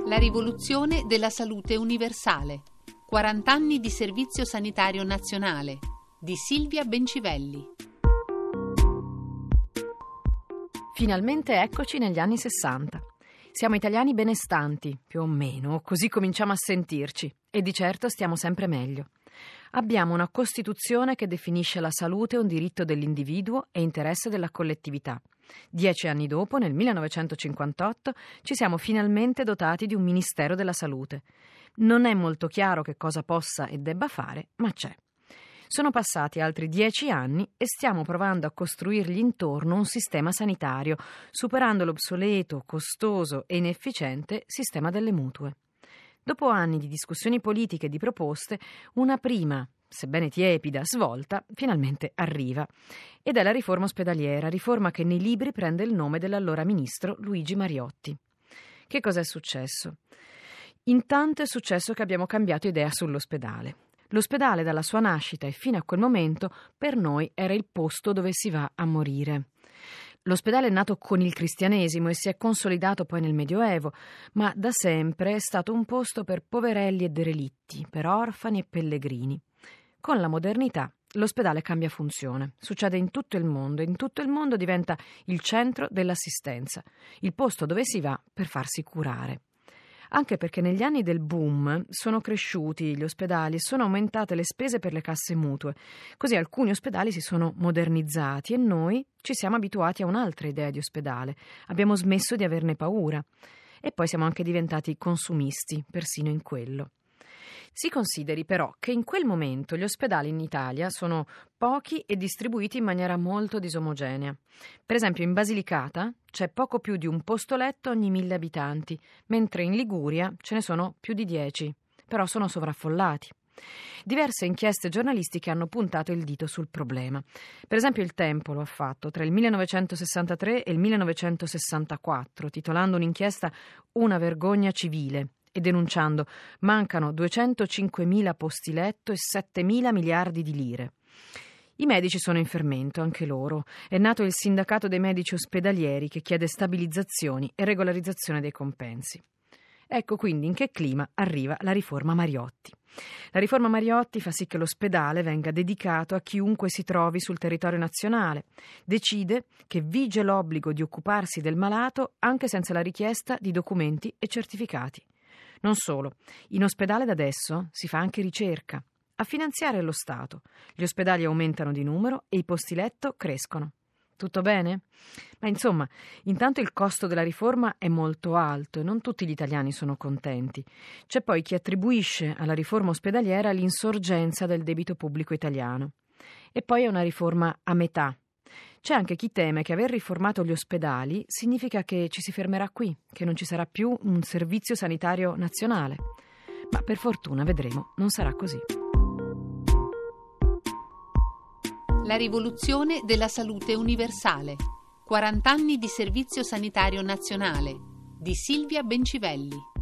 La rivoluzione della salute universale. 40 anni di servizio sanitario nazionale di Silvia Bencivelli. Finalmente eccoci negli anni 60. Siamo italiani benestanti, più o meno, così cominciamo a sentirci, e di certo stiamo sempre meglio. Abbiamo una Costituzione che definisce la salute un diritto dell'individuo e interesse della collettività. 10 anni dopo, nel 1958, ci siamo finalmente dotati di un Ministero della Salute. Non è molto chiaro che cosa possa e debba fare, ma c'è. Sono passati altri 10 anni e stiamo provando a costruirgli intorno un sistema sanitario, superando l'obsoleto, costoso e inefficiente sistema delle mutue. Dopo anni di discussioni politiche e di proposte, una prima, sebbene tiepida, svolta finalmente arriva. Ed è la riforma ospedaliera, riforma che nei libri prende il nome dell'allora ministro Luigi Mariotti. Che cosa è successo? Intanto è successo che abbiamo cambiato idea sull'ospedale. L'ospedale dalla sua nascita e fino a quel momento per noi era il posto dove si va a morire. L'ospedale è nato con il cristianesimo e si è consolidato poi nel Medioevo, ma da sempre è stato un posto per poverelli e derelitti, per orfani e pellegrini. Con la modernità l'ospedale cambia funzione, succede in tutto il mondo e in tutto il mondo diventa il centro dell'assistenza, il posto dove si va per farsi curare. Anche perché negli anni del boom sono cresciuti gli ospedali e sono aumentate le spese per le casse mutue. Così alcuni ospedali si sono modernizzati e noi ci siamo abituati a un'altra idea di ospedale. Abbiamo smesso di averne paura. E poi siamo anche diventati consumisti, persino in quello. Si consideri però che in quel momento gli ospedali in Italia sono pochi e distribuiti in maniera molto disomogenea. Per esempio in Basilicata c'è poco più di un posto letto ogni 1000 abitanti, mentre in Liguria ce ne sono più di 10, però sono sovraffollati. Diverse inchieste giornalistiche hanno puntato il dito sul problema. Per esempio il Tempo lo ha fatto tra il 1963 e il 1964, titolando un'inchiesta "Una vergogna civile", e denunciando mancano 205.000 posti letto e 7.000 miliardi di lire. I medici sono in fermento, anche loro. È nato il sindacato dei medici ospedalieri che chiede stabilizzazioni e regolarizzazione dei compensi. Ecco quindi in che clima arriva la riforma Mariotti. La riforma Mariotti fa sì che l'ospedale venga dedicato a chiunque si trovi sul territorio nazionale. Decide che vige l'obbligo di occuparsi del malato anche senza la richiesta di documenti e certificati. Non solo, in ospedale da adesso si fa anche ricerca. A finanziare lo Stato. Gli ospedali aumentano di numero e i posti letto crescono. Tutto bene? Ma insomma, intanto il costo della riforma è molto alto e non tutti gli italiani sono contenti. C'è poi chi attribuisce alla riforma ospedaliera l'insorgenza del debito pubblico italiano. E poi è una riforma a metà. C'è anche chi teme che aver riformato gli ospedali significa che ci si fermerà qui, che non ci sarà più un servizio sanitario nazionale. Ma per fortuna, vedremo, non sarà così. La rivoluzione della salute universale. 40 anni di servizio sanitario nazionale di Silvia Bencivelli.